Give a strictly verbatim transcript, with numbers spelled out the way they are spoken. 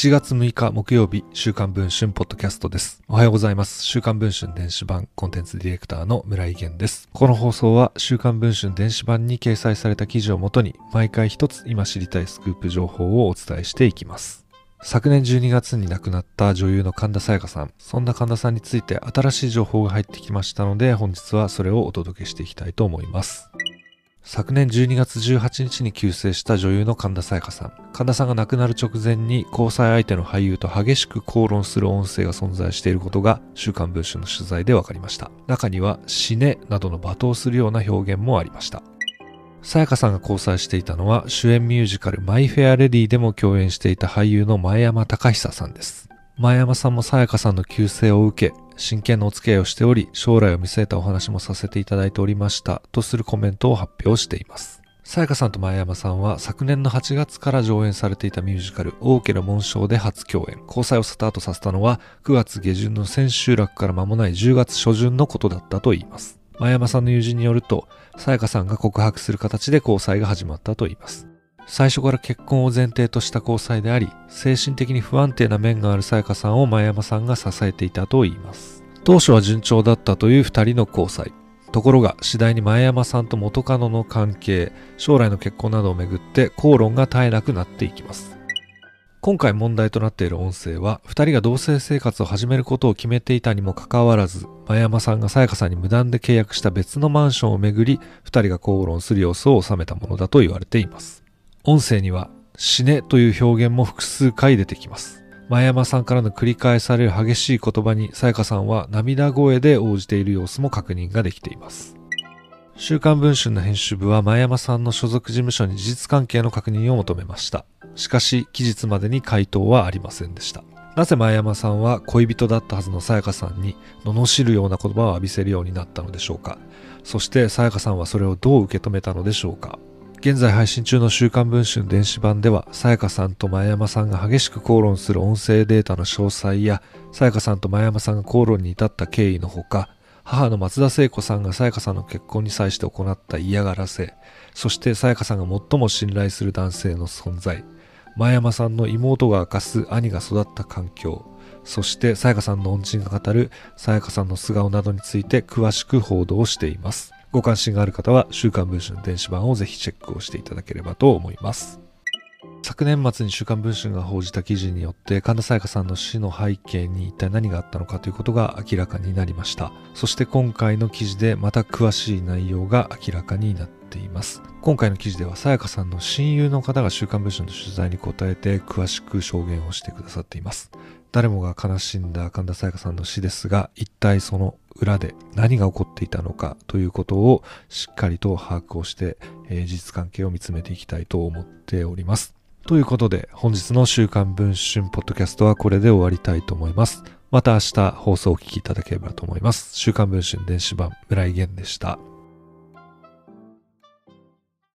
ちがつむいか木曜日、週刊文春ポッドキャストです。おはようございます。週刊文春電子版コンテンツディレクターの村井源です。この放送は週刊文春電子版に掲載された記事をもとに毎回一つ今知りたいスクープ情報をお伝えしていきます。昨年じゅうにがつに亡くなった女優の神田沙也加さん。そんな神田さんについて新しい情報が入ってきましたので、本日はそれをお届けしていきたいと思います。昨年じゅうにがつじゅうはちにちに急逝した女優の神田沙也加さん。神田さんが亡くなる直前に交際相手の俳優と激しく口論する音声が存在していることが週刊文春の取材で分かりました。中には死ねなどの罵倒するような表現もありました。沙也加さんが交際していたのは主演ミュージカルマイ・フェア・レディでも共演していた俳優の前山剛久さんです。前山さんも沙也加さんの急逝を受け、真剣なお付き合いをしており、将来を見据えたお話もさせていただいておりましたとするコメントを発表しています。沙也加さんと前山さんは昨年のはちがつから上演されていたミュージカル王家の紋章で初共演。交際をスタートさせたのはくがつげじゅんの千秋楽から間もないじゅうがつしょじゅんのことだったといいます。前山さんの友人によると、沙也加さんが告白する形で交際が始まったといいます。最初から結婚を前提とした交際であり、精神的に不安定な面がある沙也加さんを前山さんが支えていたといいます。当初は順調だったという二人の交際。ところが次第に前山さんと元カノの関係、将来の結婚などをめぐって口論が絶えなくなっていきます。今回問題となっている音声は、二人が同棲生活を始めることを決めていたにもかかわらず、前山さんが沙也加さんに無断で契約した別のマンションをめぐり、二人が口論する様子を収めたものだと言われています。音声には死ねという表現も複数回出てきます。前山さんからの繰り返される激しい言葉に沙也加さんは涙声で応じている様子も確認ができています。週刊文春の編集部は前山さんの所属事務所に事実関係の確認を求めました。しかし期日までに回答はありませんでした。なぜ前山さんは恋人だったはずの沙也加さんに罵るような言葉を浴びせるようになったのでしょうか。そして沙也加さんはそれをどう受け止めたのでしょうか。現在配信中の週刊文春電子版では、沙也加さんと前山さんが激しく口論する音声データの詳細や、沙也加さんと前山さんが口論に至った経緯のほか、母の松田聖子さんが沙也加さんの結婚に際して行った嫌がらせ、そして沙也加さんが最も信頼する男性の存在、前山さんの妹が明かす兄が育った環境、そして沙也加さんの恩人が語る沙也加さんの素顔などについて詳しく報道しています。ご関心がある方は週刊文春電子版をぜひチェックをしていただければと思います。昨年末に週刊文春が報じた記事によって神田沙也加さんの死の背景に一体何があったのかということが明らかになりました。そして今回の記事でまた詳しい内容が明らかになっています。今回の記事では沙也加さんの親友の方が週刊文春の取材に答えて詳しく証言をしてくださっています。誰もが悲しんだ神田沙也加さんの死ですが、一体その裏で何が起こっていたのかということをしっかりと把握をして、えー、事実関係を見つめていきたいと思っております。ということで本日の週刊文春ポッドキャストはこれで終わりたいと思います。また明日放送をお聞きいただければと思います。週刊文春電子版村井源でした。